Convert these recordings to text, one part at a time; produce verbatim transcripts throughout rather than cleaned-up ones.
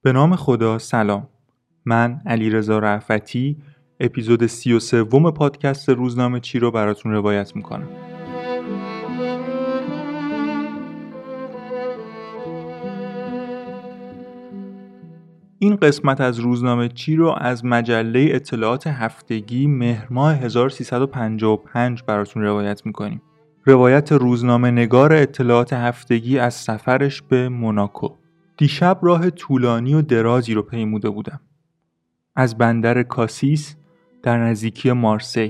به نام خدا. سلام، من علیرضا رأفتی اپیزود سی و سوم پادکست روزنامه چی رو براتون روایت میکنم. این قسمت از روزنامه چی رو از مجله اطلاعات هفتگی مهر ماه هزار و سیصد و پنجاه و پنج براتون روایت میکنیم. روایت روزنامه نگار اطلاعات هفتگی از سفرش به موناکو. دیشب راه طولانی و درازی رو پیموده بودم. از بندر کاسیس در نزدیکی مارسی.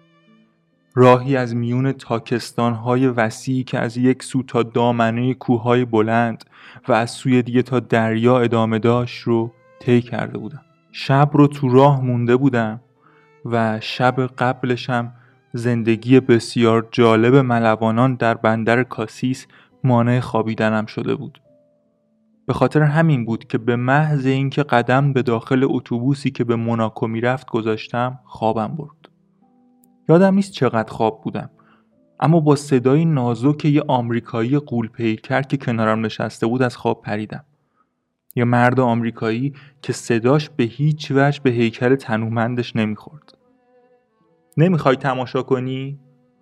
راهی از میون تاکستان‌های وسیعی که از یک سو تا دامنه کوه‌های بلند و از سوی دیگه تا دریا ادامه داشت رو طی کرده بودم. شب رو تو راه مونده بودم و شب قبلشم زندگی بسیار جالب ملوانان در بندر کاسیس مانع خوابیدنم شده بود. به خاطر همین بود که به محض اینکه قدم به داخل اتوبوسی که به موناکو میرفت گذاشتم خوابم برد. یادم نیست چقدر خواب بودم، اما با صدای نازک یه آمریکایی غول‌پیکر که کنارم نشسته بود از خواب پریدم. یه مرد آمریکایی که صداش به هیچ وجه به هیکل تنومندش نمیخورد. نمیخوای تماشا کنی؟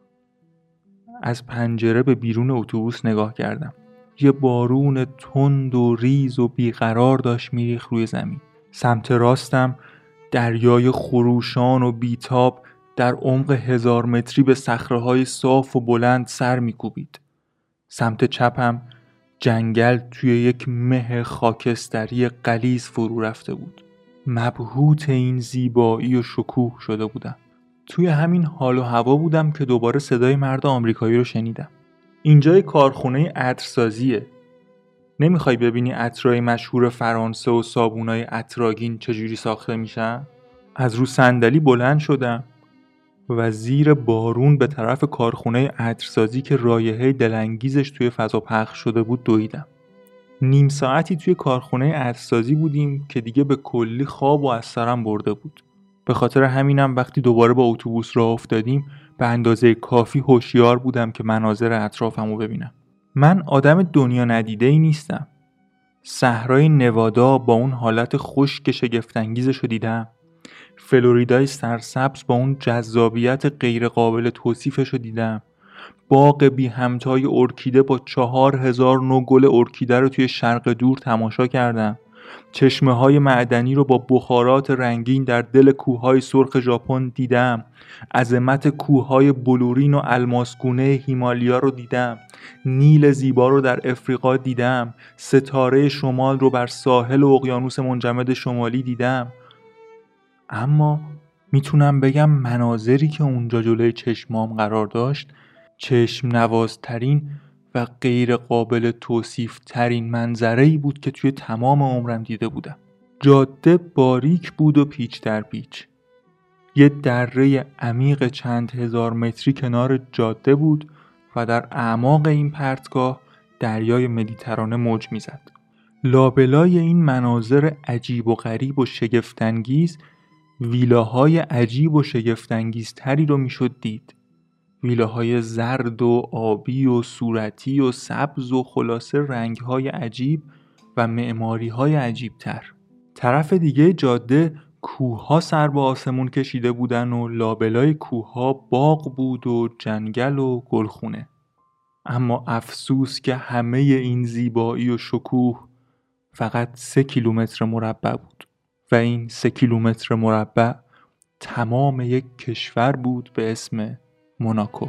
از پنجره به بیرون اتوبوس نگاه کردم. یه بارون تند و ریز و بیقرار داشت میریخت روی زمین. سمت راستم دریای خروشان و بیتاب در عمق هزار متری به صخره‌های صاف و بلند سر می‌کوبید. سمت چپم جنگل توی یک مه خاکستری غلیظ فرو رفته بود. مبهوت این زیبایی و شکوه شده بودم. توی همین حال و هوا بودم که دوباره صدای مرد آمریکایی رو شنیدم. اینجا کارخونه عطرسازیه. نمیخوای ببینی عطرای مشهور فرانسه و صابونای عطراگین چجوری ساخته میشن؟ از رو صندلی بلند شدم و زیر بارون به طرف کارخونه عطرسازی که رایحه دلانگیزش توی فضا پخش شده بود دویدم. نیم ساعتی توی کارخونه عطرسازی بودیم که دیگه به کلی خواب و از سرم برده بود. به خاطر همینم وقتی دوباره با اتوبوس راه افتادیم به اندازه کافی هوشیار بودم که مناظر اطرافمو ببینم. من آدم دنیا ندیده‌ای نیستم. صحرای نوادا با اون حالت خشک شگفت‌انگیزش رو دیدم. فلوریدای سرسبز با اون جذابیت غیر قابل توصیفش رو دیدم. باغ بی همتای ارکیده با چهار هزار نوع گل ارکیده رو توی شرق دور تماشا کردم. چشمه های معدنی رو با بخارات رنگین در دل کوههای سرخ ژاپن دیدم. عظمت کوههای بلورین و الماسگونه هیمالیا رو دیدم. نیل زیبا رو در افریقا دیدم. ستاره شمال رو بر ساحل اقیانوس منجمد شمالی دیدم. اما میتونم بگم مناظری که اونجا جلوی چشمام قرار داشت چشم نوازترین و غیر قابل توصیف ترین منظره‌ای بود که توی تمام عمرم دیده بودم. جاده باریک بود و پیچ در پیچ. یه دره عمیق چند هزار متری کنار جاده بود و در اعماق این پرتگاه دریای مدیترانه موج میزد. لابلای این مناظر عجیب و غریب و شگفت‌انگیز ویلاهای عجیب و شگفت‌انگیزتری رو میشد دید. ویلاهای زرد و آبی و صورتی و سبز و خلاصه رنگهای عجیب و معماریهای عجیبتر. طرف دیگه جاده کوه‌ها سر به آسمون کشیده بودن و لابلای کوه‌ها باغ بود و جنگل و گلخونه. اما افسوس که همه این زیبایی و شکوه فقط سه کیلومتر مربع بود و این سه کیلومتر مربع تمام یک کشور بود به اسم موناکو.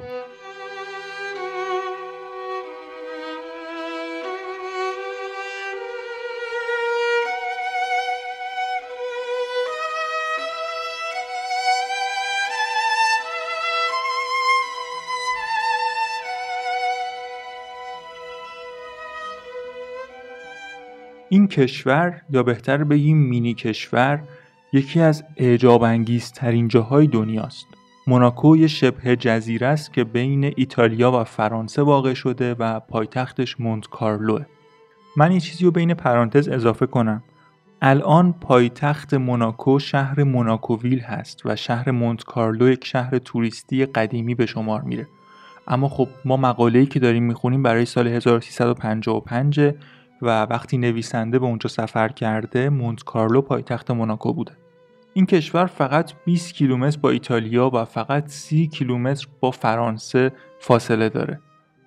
این کشور، یا بهتر بگیم مینی کشور، یکی از اعجاب انگیزترین جاهای دنیاست. موناکو یه شبه جزیره است که بین ایتالیا و فرانسه واقع شده و پایتختش مونت کارلوه. من یه چیزی رو بین پرانتز اضافه کنم. الان پایتخت موناکو شهر موناکوویل هست و شهر مونت کارلو یک شهر توریستی قدیمی به شمار میره. اما خب ما مقاله‌ای که داریم میخونیم برای سال هزار و سیصد و پنجاه و پنج و وقتی نویسنده به اونجا سفر کرده مونت کارلو پایتخت موناکو بوده. این کشور فقط بیست کیلومتر با ایتالیا و فقط سی کیلومتر با فرانسه فاصله داره.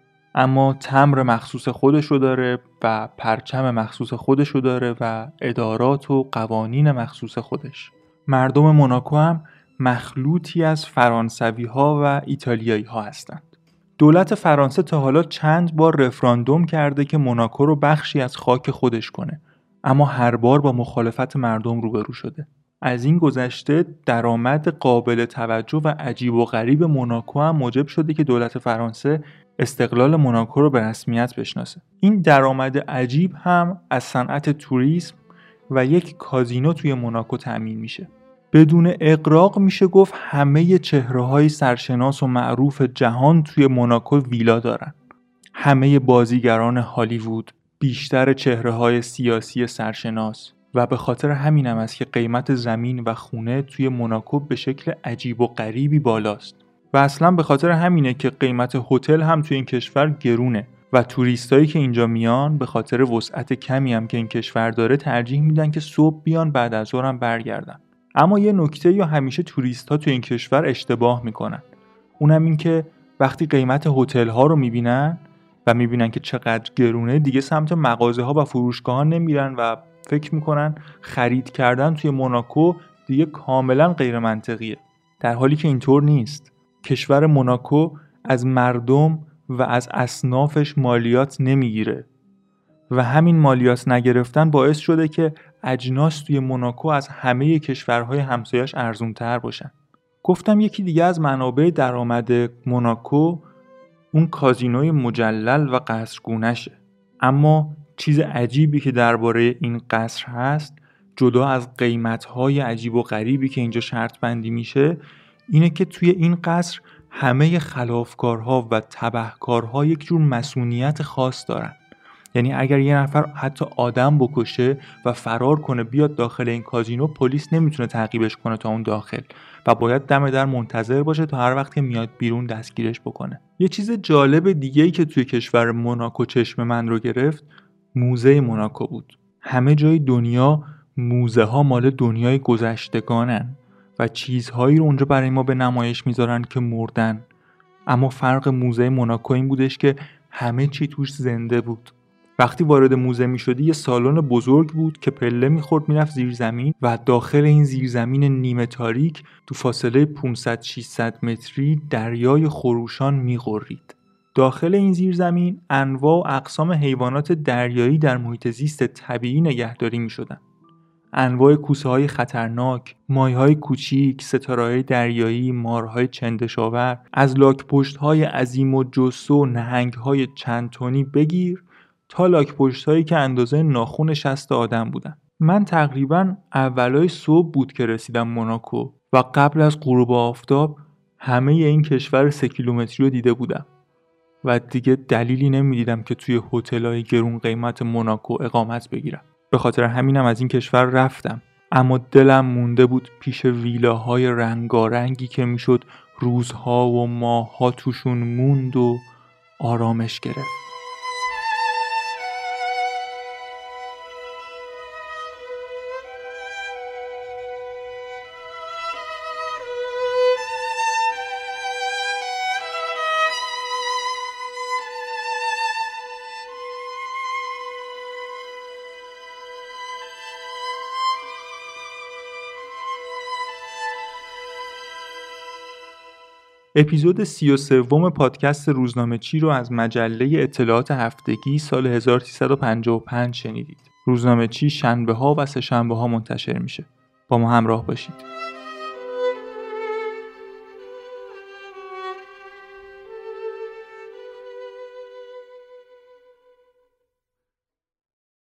اما تمبر مخصوص خودشو داره و پرچم مخصوص خودشو داره و ادارات و قوانین مخصوص خودش. مردم موناکو هم مخلوطی از فرانسوی ها و ایتالیایی ها هستند. دولت فرانسه تا حالا چند بار رفراندوم کرده که موناکو رو بخشی از خاک خودش کنه، اما هر بار با مخالفت مردم روبرو شده. از این گذشته درآمد قابل توجه و عجیب و غریب موناکو هم موجب شده که دولت فرانسه استقلال موناکو رو به رسمیت بشناسه. این درآمد عجیب هم از صنعت توریسم و یک کازینو توی موناکو تأمین میشه. بدون اغراق میشه گفت همه چهره‌های سرشناس و معروف جهان توی موناکو ویلا دارن. همه بازیگران هالیوود، بیشتر چهره‌های سیاسی سرشناس، و به خاطر همینم است که قیمت زمین و خونه توی موناکو به شکل عجیب و غریبی بالاست. و اصلا به خاطر همینه که قیمت هتل هم توی این کشور گرونه و توریستایی که اینجا میان به خاطر وسعت کمی هم که این کشور داره ترجیح میدن که صبح بیان بعد از ظهر هم برگردن. اما یه نکته یا همیشه توریست‌ها توی این کشور اشتباه میکنن. اونم این که وقتی قیمت هتل‌ها رو میبینن و میبینن که چقدر گرونه، دیگه سمت مغازه‌ها و فروشگاه‌ها نمیرن و فکر میکنن خرید کردن توی موناکو دیگه کاملا غیر منطقیه، در حالی که اینطور نیست. کشور موناکو از مردم و از اصنافش مالیات نمیگیره و همین مالیات نگرفتن باعث شده که اجناس توی موناکو از همه کشورهای همسایه‌اش ارزان‌تر باشن. گفتم یکی دیگه از منابع درآمد موناکو اون کازینوی مجلل و قصرگونشه. اما چیز عجیبی که درباره این قصر هست، جدا از قیمت‌های عجیب و غریبی که اینجا شرط بندی میشه، اینه که توی این قصر همه خلافکارها و تبهکارها یک جور مسئولیت خاص دارن. یعنی اگر یه نفر حتی آدم بکشه و فرار کنه بیاد داخل این کازینو، پلیس نمیتونه تعقیبش کنه تا اون داخل و باید دم در منتظر باشه تا هر وقت که میاد بیرون دستگیرش بکنه. یه چیز جالب دیگه‌ای که توی کشور موناکو چشم من رو گرفت، موزه موناکو بود. همه جای دنیا موزه ها مال دنیای گذشتگانن و چیزهایی رو اونجا برای ما به نمایش میذارن که مردن، اما فرق موزه موناکو این بودش که همه چی توش زنده بود. وقتی وارد موزه میشدی یه سالن بزرگ بود که پله میخورد میرفت زیر زمین و داخل این زیرزمین نیمه تاریک تو فاصله پانصد ششصد متری دریای خروشان میغرید. داخل این زیرزمین انواع و اقسام حیوانات دریایی در محیط زیست طبیعی نگهداری میشدن. انواع کوسه‌های خطرناک، ماهی‌های کوچیک، ستاره‌های دریایی، مارهای چندشاور، از لاک‌پشت‌های عظیم و جثه، نهنگ‌های چند تنی بگیر تا لاک‌پشت‌هایی که اندازه ناخن شست آدم بودن. من تقریباً اولای صبح بود که رسیدم موناکو و قبل از غروب آفتاب همه این کشور سه کیلومتری رو دیده بودم و دیگه دلیلی نمی‌دیدم که توی هتل‌های گرون قیمت موناکو اقامت بگیرم. به خاطر همینم از این کشور رفتم، اما دلم مونده بود پیش ویلاهای رنگارنگی که میشد روزها و ماه‌ها توشون موند و آرامش گرفت. اپیزود سی و سوم پادکست روزنامه چی رو از مجله اطلاعات هفتگی سال هزار و سیصد و پنجاه و پنج شنیدید. روزنامه چی شنبه ها و سه شنبه ها منتشر میشه. با ما همراه باشید.